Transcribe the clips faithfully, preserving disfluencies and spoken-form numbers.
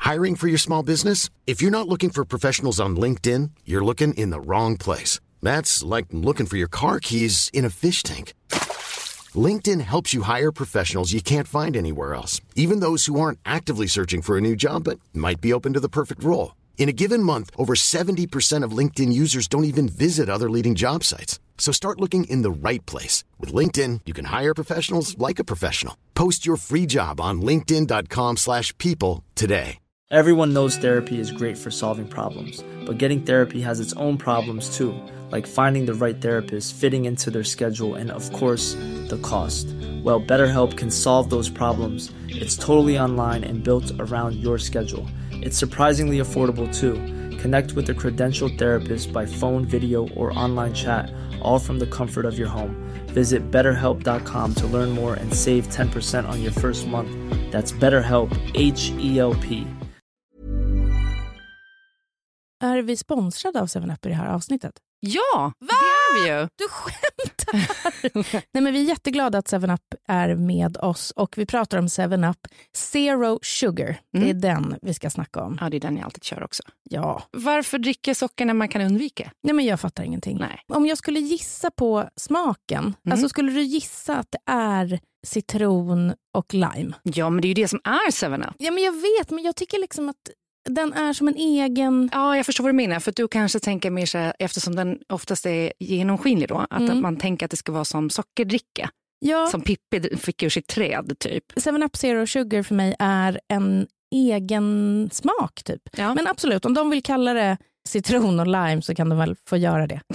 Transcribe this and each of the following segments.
Hiring for your small business? If you're not looking for professionals on LinkedIn, you're looking in the wrong place. That's like looking for your car keys in a fish tank. LinkedIn helps you hire professionals you can't find anywhere else, even those who aren't actively searching for a new job but might be open to the perfect role. In a given month, over seventy percent of LinkedIn users don't even visit other leading job sites. So start looking in the right place. With LinkedIn, you can hire professionals like a professional. Post your free job on linkedin dot com slash people today. Everyone knows therapy is great for solving problems, but getting therapy has its own problems too, like finding the right therapist, fitting into their schedule, and of course, the cost. Well, BetterHelp can solve those problems. It's totally online and built around your schedule. It's surprisingly affordable too. Connect with a credentialed therapist by phone, video, or online chat, all from the comfort of your home. Visit better help dot com to learn more and save ten percent on your first month. That's BetterHelp, H E L P. Är vi sponsrade av seven up i det här avsnittet? Ja, Va? det är vi ju. Du skämtar! Nej, men vi är jätteglada att seven up är med oss och vi pratar om seven up Zero Sugar. Mm. Det är den vi ska snacka om. Ja, det är den jag alltid kör också. Ja. Varför dricka socker när man kan undvika? Nej, men jag fattar ingenting. Nej. Om jag skulle gissa på smaken, mm. alltså skulle du gissa att det är citron och lime? Ja, men det är ju det som är seven up. Ja, men jag vet, men jag tycker liksom att den är som en egen... Ja, jag förstår vad du menar. För att du kanske tänker mer så här, eftersom den oftast är genomskinlig då, att mm. man tänker att det ska vara som sockerdricka. Ja. Som Pippi fick ur sitt träd, typ. seven up Zero Sugar för mig är en egen smak, typ. Ja. Men absolut, om de vill kalla det citron och lime så kan de väl få göra det.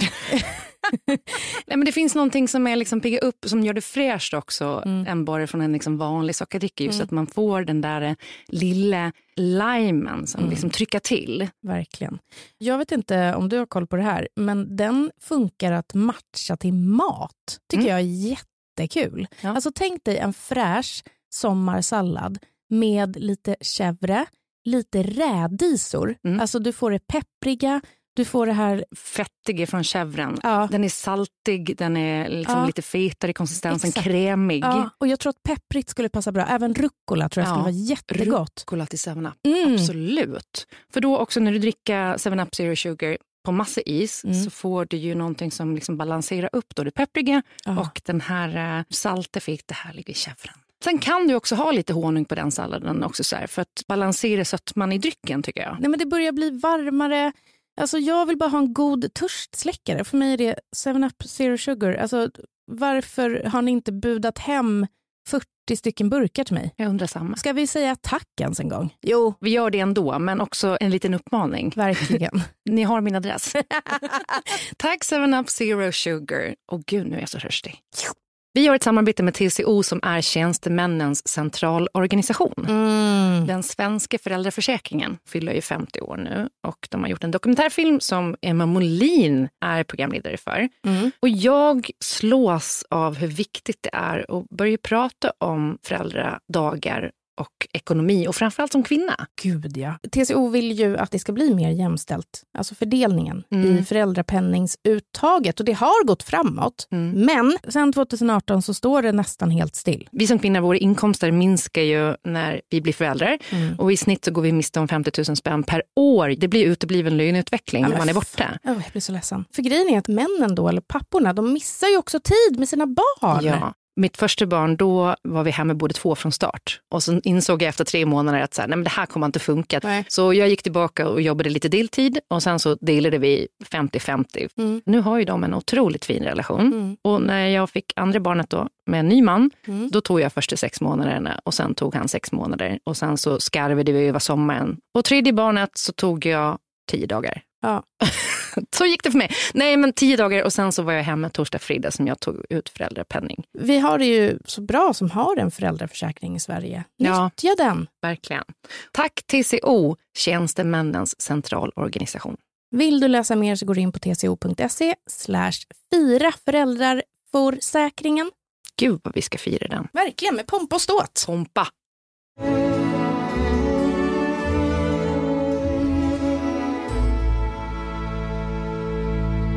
Nej, men det finns någonting som är liksom pigga upp, som gör det fräscht också, mm. än bara från en liksom vanlig sockerdricka. Just mm. att man får den där lilla limen som mm. liksom trycker till. Verkligen. Jag vet inte om du har koll på det här, men den funkar att matcha till mat. Tycker mm. jag är jättekul. Ja. Alltså tänk dig en fräsch sommarsallad med lite chèvre, lite rädisor. Mm. Alltså du får det peppriga, du får det här fettiga från chèvren. Ja. Den är saltig, den är liksom ja. lite fetare i konsistensen, exakt. Krämig. Ja. Och jag tror att pepprigt skulle passa bra. Även rucola tror jag ja. skulle vara jättegott. Rucola till seven up, mm. absolut. För då också när du dricker seven up Zero Sugar på massa is mm. så får du ju någonting som liksom balanserar upp då det peppriga ja. och den här uh, salta fick det här ligger i chèvren. Sen kan du också ha lite honung på den salladen också så här, för att balansera sötman i drycken, tycker jag. Nej, men det börjar bli varmare. Alltså jag vill bara ha en god törstsläckare. För mig är det seven up Zero Sugar. Alltså varför har ni inte budat hem fyrtio stycken burkar till mig? Jag undrar samma. Ska vi säga tack ens en gång? Jo, vi gör det ändå, men också en liten uppmaning. Verkligen. Ni har min adress. Tack seven up Zero Sugar. Åh gud, nu är jag så törstig. Vi har ett samarbete med T C O som är tjänstemännens centralorganisation. Mm. Den svenska föräldraförsäkringen fyller ju femtio år nu och de har gjort en dokumentärfilm som Emma Molin är programledare för. Mm. Och jag slås av hur viktigt det är att börja prata om föräldradagar och ekonomi och framförallt som kvinna. Gud ja. T C O vill ju att det ska bli mer jämställt. Alltså fördelningen mm. i föräldrapenningsuttaget. Och det har gått framåt. Mm. Men sen tjugo arton så står det nästan helt still. Vi som kvinnor, våra inkomster minskar ju när vi blir föräldrar. Mm. Och i snitt så går vi miste om femtio tusen spänn per år. Det blir utebliven löneutveckling ja, när man är borta. Oh, jag blir så ledsen. För grejen är att männen då, eller papporna, de missar ju också tid med sina barn. Ja. Mitt första barn, då var vi hemma både två från start. Och så insåg jag efter tre månader att så här, nej, men det här kommer inte funka. Nej. Så jag gick tillbaka och jobbade lite deltid. Och sen så delade vi femtio femtio. Mm. Nu har ju de en otroligt fin relation. Mm. Och när jag fick andra barnet då med en ny man, mm. då tog jag första sex månaderna. Och sen tog han sex månader. Och sen så skarvade vi över sommaren. Och tredje barnet så tog jag tio dagar. Ja. Så gick det för mig. Nej, men tio dagar och sen så var jag hemma torsdag, fredag som jag tog ut föräldrapenning. Vi har det ju så bra som har en föräldraförsäkring i Sverige. Nyttja ja, den. Verkligen. Tack T C O, tjänstemännens centralorganisation. Vill du läsa mer så går du in på tco.se slash fira föräldrar för säkringen. Gud vad vi ska fira den. Verkligen, med pompa och ståt. Pompa.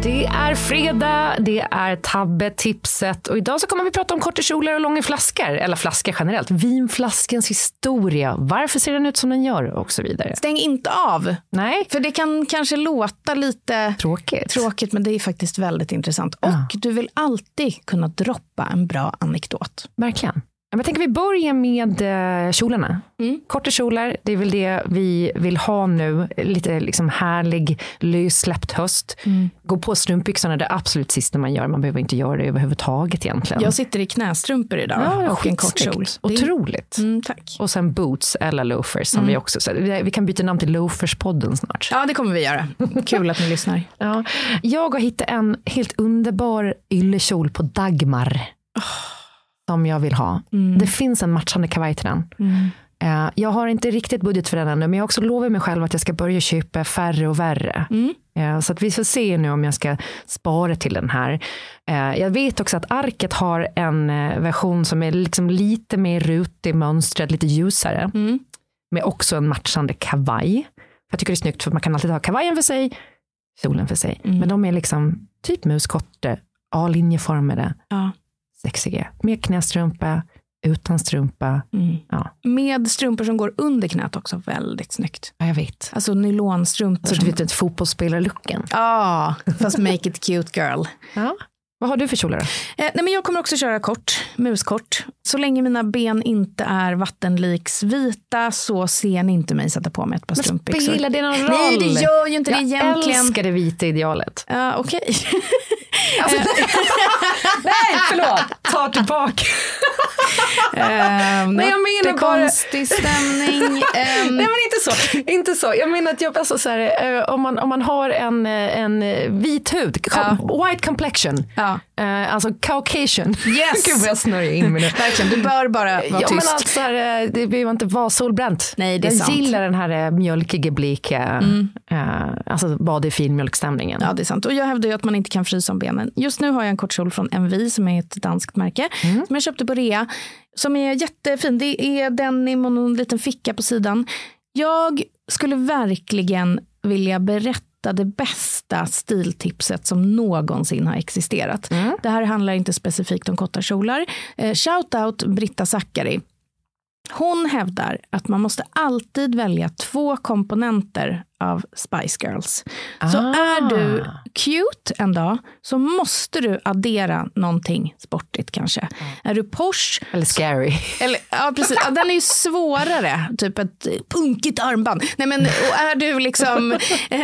Det är fredag, det är tabbetipset och idag så kommer vi prata om kortkjolar och långa flaskor, eller flaskor generellt. Vinflaskens historia, varför ser den ut som den gör och så vidare. Stäng inte av. Nej. För det kan kanske låta lite tråkigt, tråkigt men det är faktiskt väldigt intressant. Och ja. du vill alltid kunna droppa en bra anekdot. Verkligen. Jag tänker vi börjar med eh, kjolarna. Mm. Korta kjolar, det är väl det vi vill ha nu. Lite liksom härlig, lössläppt höst. Mm. Gå på strumpbyxorna, det är absolut sista man gör. Man behöver inte göra det överhuvudtaget egentligen. Jag sitter i knästrumpor idag ja, och en kort kjol. Otroligt. Mm, tack. Och sen boots eller loafers som mm. vi också... Så vi, vi kan byta namn till Loafers-podden snart. Ja, det kommer vi göra. Kul att ni lyssnar. Ja. Jag har hittat en helt underbar yllekjol på Dagmar. Oh. Som jag vill ha. Mm. Det finns en matchande kavaj till den. Mm. Uh, jag har inte riktigt budget för den ännu, men jag har också lovat mig själv att jag ska börja köpa färre och värre. Mm. Uh, så att vi får se nu om jag ska spara till den här. Uh, jag vet också att Arket har en uh, version som är liksom lite mer rutig, mönstrad, lite ljusare. Mm. Med också en matchande kavaj. Jag tycker det är snyggt för man kan alltid ha kavajen för sig, kjolen för sig. Mm. Men de är liksom typ muskorta, A-linjeformade. Ja. Sexiga. Med knästrumpa, utan strumpa. Mm. Ja. Med strumpor som går under knät också. Väldigt snyggt. Ja, jag vet. Alltså nylonstrumpor. Så som... du vet ett fotbollsspelarlooken. Ja, fast make it cute girl. Ja. Vad har du för kjolar då? Eh, nej men jag kommer också köra kort, muskort. Så länge mina ben inte är vattenliksvita så ser ni inte mig sätta på mig ett par strumpbyxor. Men spelar det någon roll? Nej, det gör ju inte jag det egentligen. Jag älskar det vita idealet. Ja, uh, okej. Okay. Alltså, nej, förlåt. Ta tillbaka. Uh, nej, jag menar bara... konstig stämning. Um... nej, men inte så. Inte så. Jag menar att jag, alltså, så här, uh, om, man, om man har en, en vit hud, uh. white complexion, uh. Uh, alltså Caucasian. Yes. Gud vad jag snurrar in med nu. Verkligen, du bör bara vara ja, tyst. Men alltså, här, det behöver inte vara solbränt. Nej, det är jag sant. gillar den här mjölkiga, blika, mm. uh, alltså bad i fin mjölkstämningen. Ja, det är sant. Och jag hävdar ju att man inte kan frysa om benen. Just nu har jag en kortkjol från M V som är ett danskt märke. Mm. Som jag köpte på rea. Som är jättefin. Det är denim och en liten ficka på sidan. Jag skulle verkligen vilja berätta det bästa stiltipset som någonsin har existerat. Mm. Det här handlar inte specifikt om korta kjolar. Eh, shout out Britta Zackari. Hon hävdar att man måste alltid välja två komponenter av Spice Girls. Ah. Så är du cute en dag så måste du addera någonting sportigt kanske. Mm. Är du Porsche eller scary. Eller, ja, precis. Ja, den är ju svårare. Typ ett punkigt armband. Nej, men, och är du liksom eh,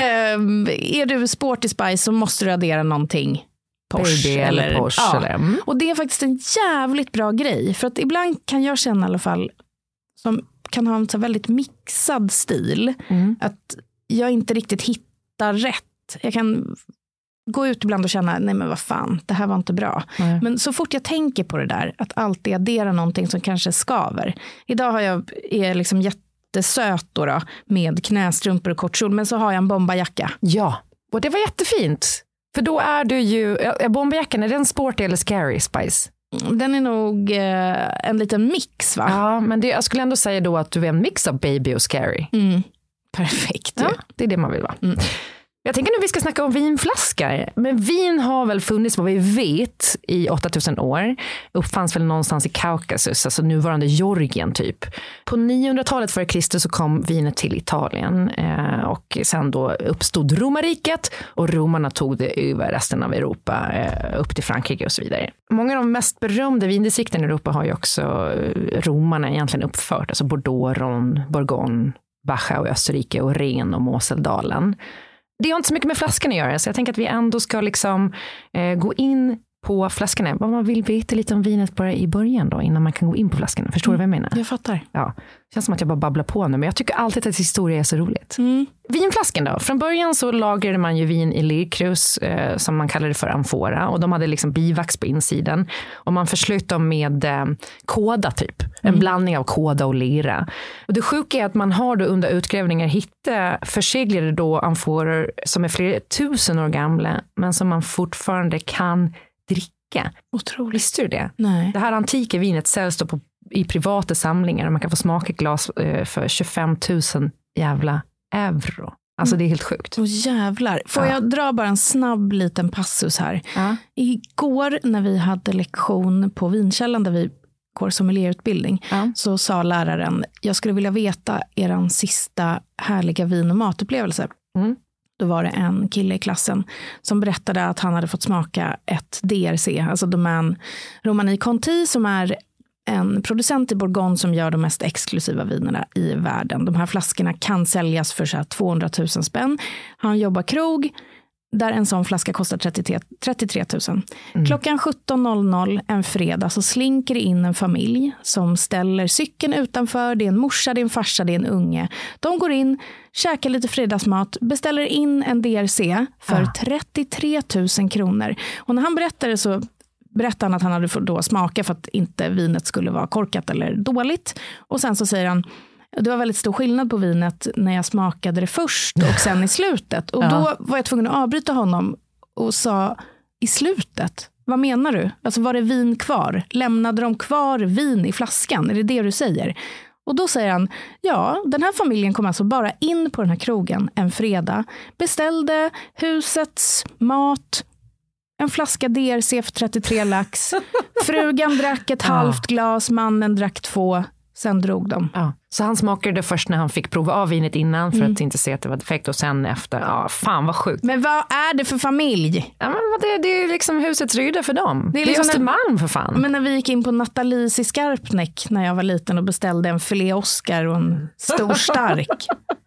är du sporty Spice så måste du addera någonting. Porsche Baby eller, eller Porsche. Ja. Eller. Mm. Och det är faktiskt en jävligt bra grej. För att ibland kan jag känna i alla fall som kan ha en så väldigt mixad stil. Mm. Att jag inte riktigt hittar rätt. Jag kan gå ut ibland och känna, nej men vad fan, det här var inte bra. Mm. Men så fort jag tänker på det där, att alltid addera någonting som kanske skaver. Idag har jag, är liksom jättesöt då, då med knästrumpor och kortkjol, men så har jag en bombajacka. Ja, och det var jättefint. För då är du ju, bombajackan, är den sporty eller scary Spice? Den är nog eh, en liten mix, va? Ja, men det, jag skulle ändå säga då att du är en mix av baby och scary. Mm. Perfekt. Ja, det är det man vill vara. Mm. Jag tänker nu vi ska snacka om vinflaskor. Men vin har väl funnits vad vi vet i åttatusen år. Uppfanns väl någonstans i Kaukasus, alltså nuvarande Georgien typ. På niohundratalet före Kristus så kom vinet till Italien. Eh, och sen då uppstod romarriket och romarna tog det över resten av Europa eh, upp till Frankrike och så vidare. Många av de mest berömda vindistrikten i Europa har ju också romarna egentligen uppfört. Alltså Bordeaux, Rhône, Bourgogne, Baja och Österrike och Ren och Moseldalen. Det har inte så mycket med flaskan att göra, så jag tänker att vi ändå ska liksom eh, gå in på flaskorna. Vad man vill veta lite om vinet bara i början då, innan man kan gå in på flaskorna. Förstår mm, du vad jag menar? Jag fattar. Ja, det känns som att jag bara babblar på nu, men jag tycker alltid att historia är så roligt. Mm. Vinflaskan då. Från början så lagrade man ju vin i lerkrus eh, som man kallade för amfora, och de hade liksom bivax på insidan. Och man förslöt dem med eh, kåda typ. En mm. blandning av kåda och lera. Och det sjuka är att man har då under utgrävningar hittat förseglade då amforer som är flera tusen år gamla, men som man fortfarande kan dricka. Otroligt. Visste du det? Nej. Det här antika vinet säljs då på, i privata samlingar och man kan få smaka glas eh, för tjugofem tusen jävla euro. Alltså det är helt sjukt. Åh jävlar. Får Ja. jag dra bara en snabb liten passus här? Ja. Igår när vi hade lektion på Vinkällan där vi går sommelierutbildning Ja. så sa läraren, jag skulle vilja veta eran sista härliga vin- och matupplevelse. Mm. Då var det en kille i klassen som berättade att han hade fått smaka ett D R C, alltså Domaine Romanée Conti, som är en producent i Bourgogne som gör de mest exklusiva vinerna i världen. De här flaskorna kan säljas för så här tvåhundratusen spänn. Han jobbar krog där en sån flaska kostar trettiotre tusen. Mm. Klockan sjutton noll noll en fredag så slinker in en familj som ställer cykeln utanför. Det är en morsa, det är en farsa, det är en unge. De går in, käkar lite fredagsmat, beställer in en D R C för ah. trettiotre tusen kronor. Och när han berättade så berättade han att han hade fått då smaka för att inte vinet skulle vara korkat eller dåligt. Och sen så säger han, det var väldigt stor skillnad på vinet när jag smakade det först och sen i slutet. Och ja. Då var jag tvungen att avbryta honom och sa, i slutet? Vad menar du? Alltså var det vin kvar? Lämnade de kvar vin i flaskan? Är det det du säger? Och då säger han, ja, den här familjen kom alltså bara in på den här krogen en fredag. Beställde husets mat, en flaska D R C för trettiotre lax. Frugan drack ett ja. halvt glas, mannen drack två. Sen drog de. Ja. Så han smakade det först när han fick prova av vinet innan för mm. att inte se att det var defekt och sen efter. Ja, fan vad sjukt. Men vad är det för familj? Ja, men det, det är liksom husets rydda för dem. Det är, det är liksom Östermalm för fan. Men när vi gick in på Nathalies i Skarpnäck när jag var liten och beställde en filé Oscar och en stor stark.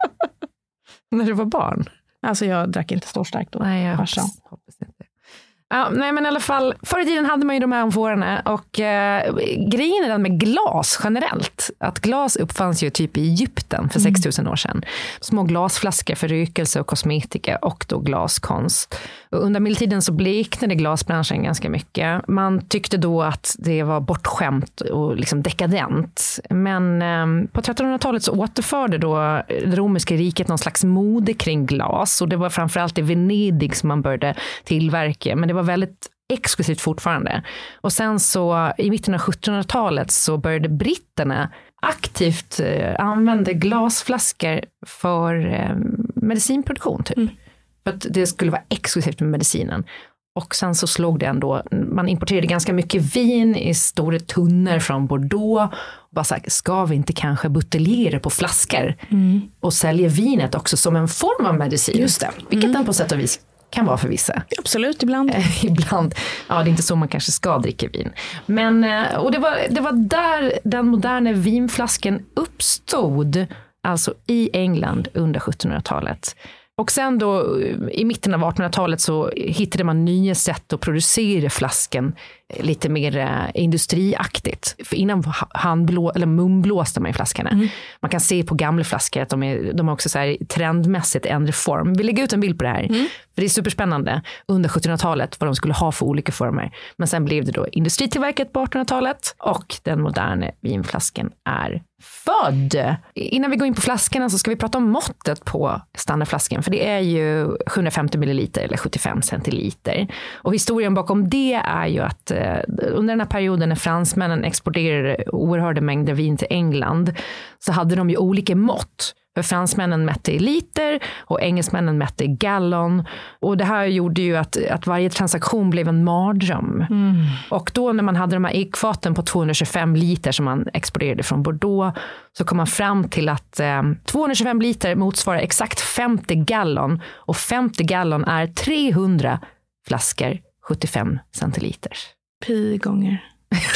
När du var barn? Alltså jag drack inte stor stark då. Nej, jag hoppas, hoppas inte. Ja, nej men i alla fall, förr i tiden hade man ju de här amforerna och eh, grejen är den med glas generellt. Att glas uppfanns ju typ i Egypten för mm. sex tusen år sedan. Små glasflaskor för rykelse och kosmetika och då glaskonst. Och under medeltiden så bleknade glasbranschen ganska mycket. Man tyckte då att det var bortskämt och liksom dekadent. Men eh, på trettonhundratalet så återförde då det romerska riket någon slags mode kring glas. Och det var framförallt i Venedig som man började tillverka. Men det var väldigt exklusivt fortfarande. Och sen så i mitten av sjuttonhundratalet så började britterna aktivt eh, använda glasflaskor för eh, medicinproduktion typ. Mm. För att det skulle vara exklusivt med medicinen. Och sen så slog det ändå, man importerade ganska mycket vin i stora tunnor från Bordeaux. Och bara sagt, ska vi inte kanske buteljera på flaskor mm. och sälja vinet också som en form av medicin? Just det. Vilket Mm. den på sätt och vis kan vara för vissa. Absolut, ibland. Eh, ibland. Ja, det är inte så man kanske ska dricka vin. Men, eh, och det var, det var där den moderna vinflaskan uppstod, alltså i England under sjuttonhundratalet. Och sen då i mitten av artonhundratalet så hittade man nya sätt att producera flaskan lite mer eh, industriaktigt. För innan handblå, eller munblåste man i flaskorna. Mm. Man kan se på gamla flaskor att de är, de är också så här trendmässigt ändrig form. Vi lägger ut en bild på det här. Mm. För det är superspännande under sjuttonhundratalet vad de skulle ha för olika former. Men sen blev det då industritillverkat på artonhundratalet och den moderna vinflaskan är född. Innan vi går in på flaskorna så ska vi prata om måttet på standardflaskan. För det är ju sjuhundrafemtio milliliter eller sjuttiofem centiliter. Och historien bakom det är ju att eh, under den här perioden när fransmännen exporterade oerhörda mängder vin till England så hade de ju olika mått. För fransmännen mätte i liter och engelsmännen mätte i gallon. Och det här gjorde ju att, att varje transaktion blev en mardröm. Mm. Och då när man hade de här ekfaten på tvåhundratjugofem liter som man exporterade från Bordeaux så kom man fram till att eh, tvåhundratjugofem liter motsvarar exakt femtio gallon. Och femtio gallon är trehundra flaskor sjuttiofem centiliter. Pi gånger.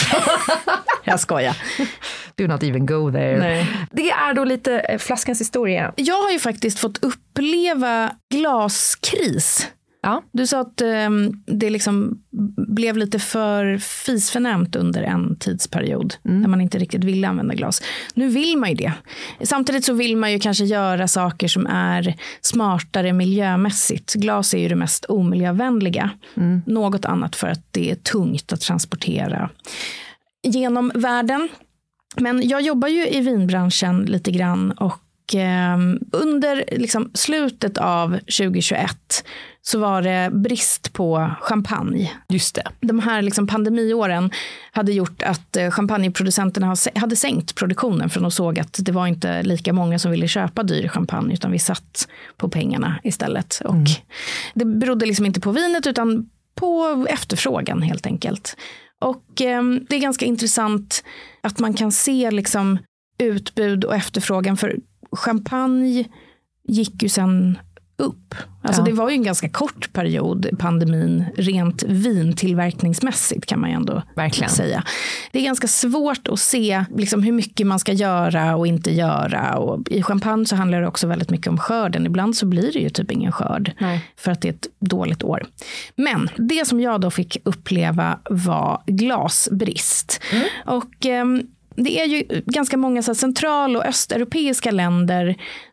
Jag skojar. Do not even go there. Nej. Det är då lite flaskans historia. Jag har ju faktiskt fått uppleva glaskris. Ja. Du sa att um, det liksom blev lite för fisförnämt under en tidsperiod mm. när man inte riktigt ville använda glas. Nu vill man ju det. Samtidigt så vill man ju kanske göra saker som är smartare miljömässigt. Glas är ju det mest omiljövänliga. Mm. Något annat för att det är tungt att transportera genom världen. Men jag jobbar ju i vinbranschen lite grann och Och eh, under liksom, slutet av tjugohundratjugoett så var det brist på champagne. Just det. De här liksom, pandemiåren hade gjort att eh, champagneproducenterna hade sänkt produktionen för de såg att det var inte lika många som ville köpa dyr champagne utan vi satt på pengarna istället. Och mm. det berodde liksom inte på vinet utan på efterfrågan helt enkelt. Och eh, det är ganska intressant att man kan se liksom, utbud och efterfrågan för champagne gick ju sen upp. Alltså ja. Det var ju en ganska kort period pandemin rent vintillverkningsmässigt kan man ju ändå Verkligen. säga. Det är ganska svårt att se liksom, hur mycket man ska göra och inte göra. Och i champagne så handlar det också väldigt mycket om skörden. Ibland så blir det ju typ ingen skörd Nej. för att det är ett dåligt år. Men det som jag då fick uppleva var glasbrist. Mm. Och ehm, det är ju ganska många så här, central- och östeuropeiska länder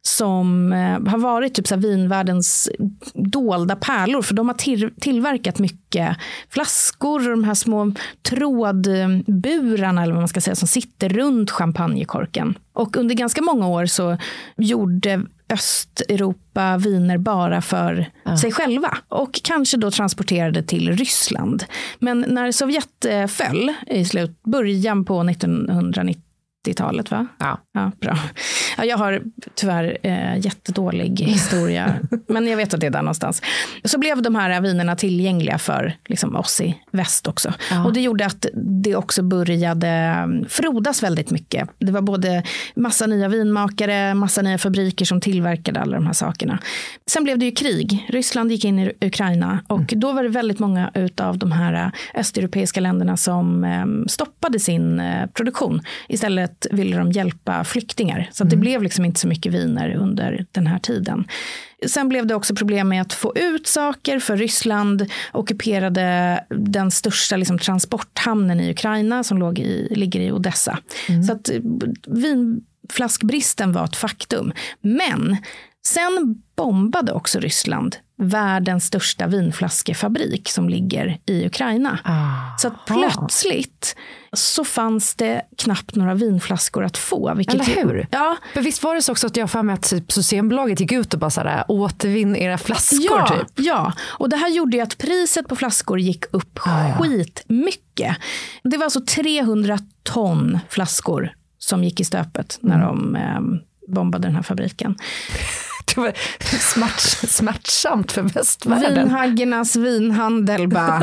som eh, har varit typ så här, vinvärldens dolda pärlor. För de har till, tillverkat mycket flaskor och de här små trådburarna eller vad man ska säga, som sitter runt champagnekorken. Och under ganska många år så gjorde Östeuropa viner bara för ja. sig själva och kanske då transporterade till Ryssland. Men när Sovjet föll i slut, början på nittonhundranittiotalet va? Ja. Ja, bra. Ja, jag har tyvärr eh, jättedålig historia men jag vet att det är där någonstans. Så blev de här vinerna tillgängliga för liksom, oss i väst också. Ja. Och det gjorde att det också började frodas väldigt mycket. Det var både massa nya vinmakare, massa nya fabriker som tillverkade alla de här sakerna. Sen blev det ju krig. Ryssland gick in i Ukraina och mm. då var det väldigt många av de här östeuropeiska länderna som eh, stoppade sin eh, produktion. Istället ville de hjälpa flyktingar. Så att det mm. blev liksom inte så mycket viner under den här tiden. Sen blev det också problem med att få ut saker för Ryssland ockuperade den största liksom, transporthamnen i Ukraina som låg i, ligger i Odessa. Mm. Så att vinflaskbristen var ett faktum. Men sen bombade också Ryssland världens största vinflaskefabrik som ligger i Ukraina. Ah. Så att plötsligt så fanns det knappt några vinflaskor att få. Vilket Eller hur? Ja. Men visst var det så också att jag för mig att typ Systembolaget gick ut och bara sådär, återvinn era flaskor ja, typ. Ja, och det här gjorde ju att priset på flaskor gick upp ah, ja. skitmycket. Det var alltså trehundra ton flaskor som gick i stöpet när mm. de eh, bombade den här fabriken. Det var smärt, smärtsamt för västvärlden. Vinhaggernas vinhandel bara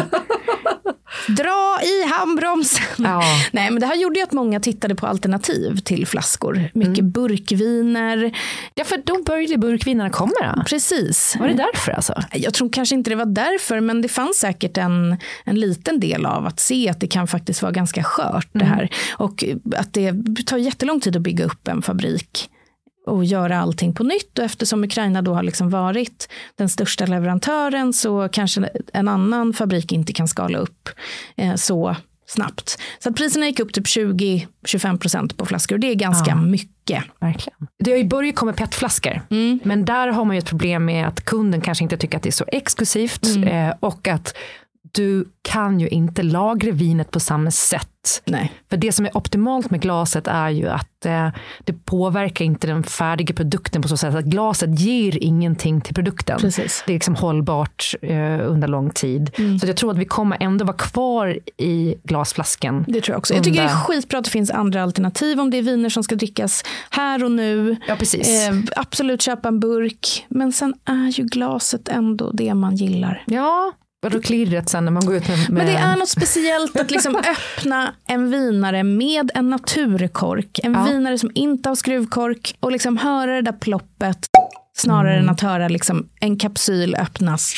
dra i handbromsen. Ja. Nej, men det här gjorde ju att många tittade på alternativ till flaskor. Mycket mm. burkviner. Ja, för då började burkvinerna komma då. Precis. Var det därför alltså? Jag tror kanske inte det var därför, men det fanns säkert en, en liten del av att se att det kan faktiskt vara ganska skört mm. det här. Och att det tar jättelång tid att bygga upp en fabrik och göra allting på nytt, och eftersom Ukraina då har liksom varit den största leverantören så kanske en annan fabrik inte kan skala upp eh, så snabbt. Så att priserna gick upp typ tjugo till tjugofem procent på flaskor, och det är ganska ja, mycket. Verkligen. Det har ju börjat komma petflaskor, mm. men där har man ju ett problem med att kunden kanske inte tycker att det är så exklusivt mm. eh, och att du kan ju inte lagra vinet på samma sätt. Nej. För det som är optimalt med glaset är ju att eh, det påverkar inte den färdiga produkten på så sätt att glaset ger ingenting till produkten. Precis. Det är liksom hållbart eh, under lång tid. Mm. Så jag tror att vi kommer ändå vara kvar i glasflaskan. Det tror jag också. Jag tycker det är skitbra att det finns andra alternativ om det är viner som ska drickas här och nu. Ja, precis. Eh, absolut köpa en burk. Men sen är ju glaset ändå det man gillar. Ja. Och då klirret sen när man går ut med... Men det är något speciellt att liksom öppna en vinare med en naturkork. En ja. vinare som inte har skruvkork. Och liksom höra det där ploppet snarare mm. än att höra liksom en kapsyl öppnas.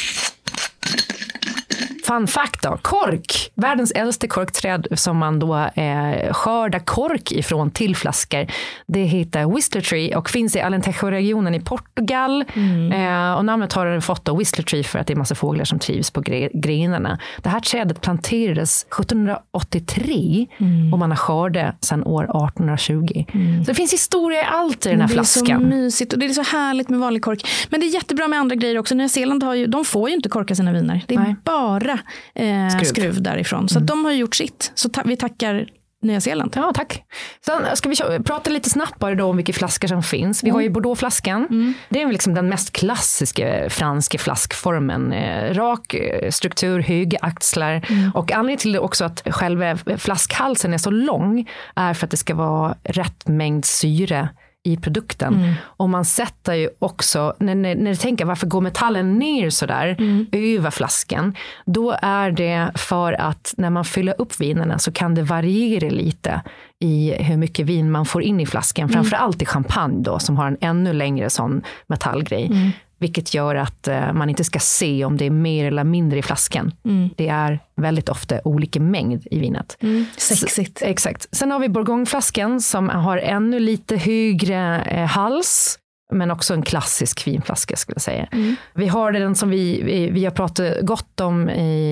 Fun fact då, kork. Världens äldste korkträd som man då eh, skördar kork ifrån till flaskor. Det heter Whistler Tree och finns i Alentejo-regionen i Portugal. Mm. Eh, och namnet har den fått då Whistler Tree för att det är massa fåglar som trivs på gre- grenarna. Det här trädet planterades sjuttonhundraåttiotre mm. och man har skördat sedan år arton tjugo. Mm. Så det finns historia i allt i den här det flaskan. Det är så mysigt och det är så härligt med vanlig kork. Men det är jättebra med andra grejer också. Nya Zeeland har ju, de får ju inte korka sina viner. Det är Nej. bara Eh, skruv. skruv därifrån. Så mm. att de har gjort sitt. Så ta- vi tackar Nya Zeeland. Ja, tack. Sen ska vi prata lite snabbt bara då om vilka flaskor som finns. Vi mm. har ju Bordeaux-flaskan. Mm. Det är liksom den mest klassiska franska flaskformen. Eh, rak struktur, höga axlar. Mm. Och anledningen till det också att själva flaskhalsen är så lång är för att det ska vara rätt mängd syre i produkten. Mm. Och man sätter ju också, när, när, när du tänker varför går metallen ner så där mm. över flaskan, då är det för att när man fyller upp vinerna så kan det variera lite i hur mycket vin man får in i flaskan. Mm. Framförallt i champagne då, som har en ännu längre sån metallgrej. Mm. Vilket gör att uh, man inte ska se om det är mer eller mindre i flaskan. Mm. Det är väldigt ofta olika mängd i vinet. Mm. Sexigt. Så, exakt. Sen har vi Bourgogneflaskan som har ännu lite högre eh, hals. Men också en klassisk vinflaska skulle jag säga. Mm. Vi har den som vi, vi, vi har pratat gott om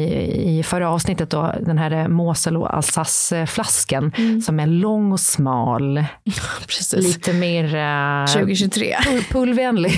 i, i förra avsnittet då, den här Mosel och Alsace-flaskan mm. som är lång och smal. Precis. Lite mer uh, tjugohundratjugotre. Pullvänlig.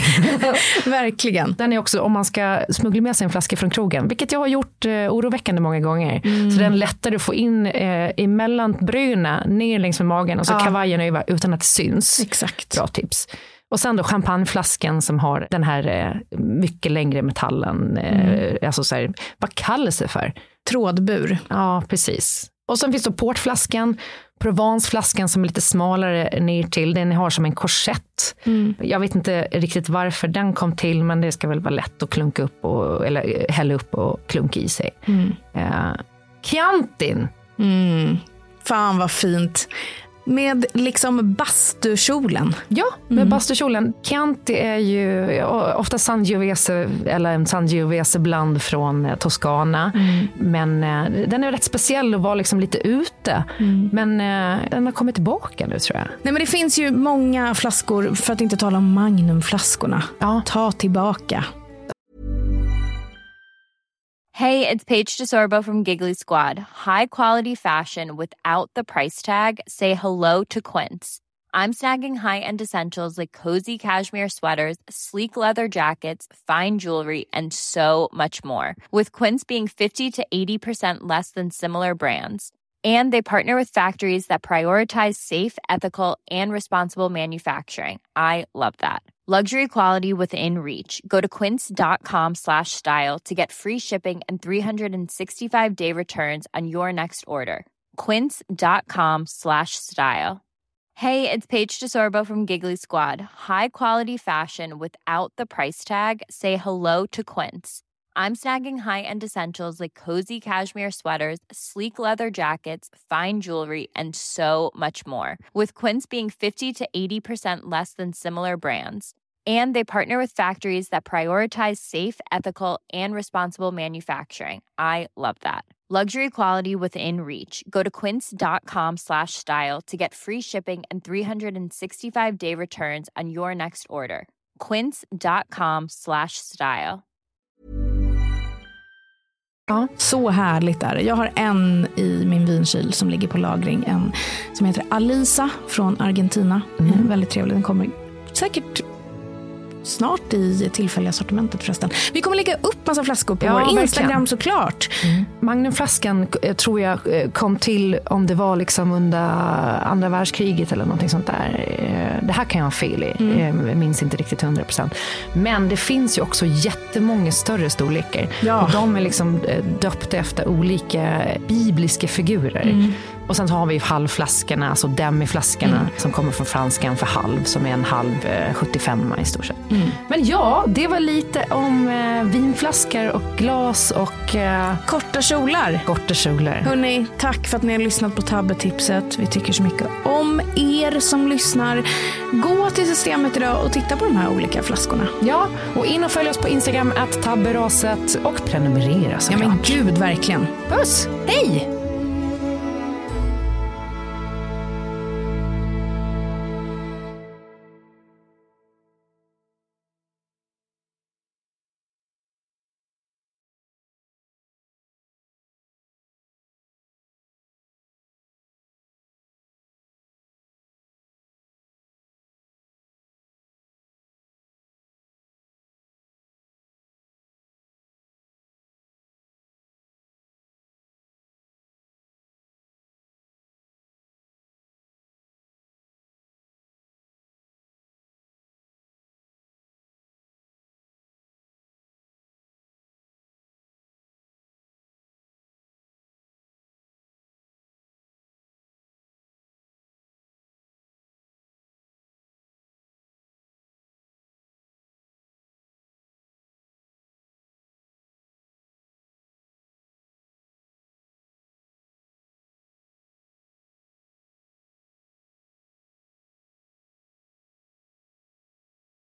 Verkligen. Den är också, om man ska smuggla med sig en flaska från krogen, vilket jag har gjort uh, oroväckande många gånger. Mm. Så den är lättare att få in uh, emellan bröna ner längs med magen och så ja. kavajen över utan att det syns. Exakt. Bra tips. Och sen då champagneflaskan som har den här eh, mycket längre metallen. Eh, mm. Alltså så här, vad kallas det för? Trådbur. Ja, precis. Och sen finns då portflaskan, Provence-flaskan som är lite smalare ner till. Den har som en korsett. Mm. Jag vet inte riktigt varför den kom till, men det ska väl vara lätt att klunka upp och, eller hälla upp och klunka i sig. Mm. Eh, Chiantin. Mm. Fan vad fint. Med liksom bastukjolen. Ja, med mm. bastukjolen. Chianti är ju ofta Sangiovese eller en Sangiovese bland från Toscana. Mm. Men eh, den är rätt speciell och var liksom lite ute. Mm. Men eh, den har kommit tillbaka nu tror jag. Nej, men det finns ju många flaskor, för att inte tala om Magnumflaskorna. Ja. Ta tillbaka. Hey, it's Paige DeSorbo from Giggly Squad. High quality fashion without the price tag. Say hello to Quince. I'm snagging high-end essentials like cozy cashmere sweaters, sleek leather jackets, fine jewelry, and so much more. With Quince being fifty to eighty percent less than similar brands. And they partner with factories that prioritize safe, ethical, and responsible manufacturing. I love that. Luxury quality within reach. Go to quince.com slash style to get free shipping and three sixty-five day returns on your next order. Quince.com slash style. Hey, it's Paige DeSorbo from Giggly Squad. High quality fashion without the price tag. Say hello to Quince. I'm snagging high-end essentials like cozy cashmere sweaters, sleek leather jackets, fine jewelry, and so much more. With Quince being fifty to eighty percent less than similar brands. And they partner with factories that prioritize safe, ethical, and responsible manufacturing. I love that. Luxury quality within reach. Go to quince.com slash style to get free shipping and three sixty-five day returns on your next order. Quince.com slash style. Ja, så härligt är det. Jag har en i min vinkyl som ligger på lagring. En som heter Alisa från Argentina. Mm. Väldigt trevlig. Den kommer säkert snart i tillfälliga sortimentet förresten. Vi kommer lägga upp massa flaskor på ja, vår Instagram verkligen. Såklart. Mm. Magnumflaskan tror jag kom till om det var liksom under andra världskriget eller någonting sånt där. Det här kan jag ha fel i. Mm. Jag minns inte riktigt hundra procent. Men det finns ju också jättemånga större storlekar. Ja. Och de är liksom döpta efter olika bibliska figurer. Mm. Och sen så har vi halvflaskorna, alltså demiflaskorna mm. som kommer från franskan för halv, som är en halv eh, sjuttiofem i stort sett. Mm. Men ja, det var lite om eh, vinflaskor och glas och eh, korta kjolar. Korta kjolar. Hörrni, tack för att ni har lyssnat på Tabbetipset. Vi tycker så mycket om er som lyssnar. Gå till systemet idag och titta på de här olika flaskorna. Ja, och in och följ oss på Instagram at tabberaset och prenumerera såklart. Ja men gud, verkligen. Puss! Hej!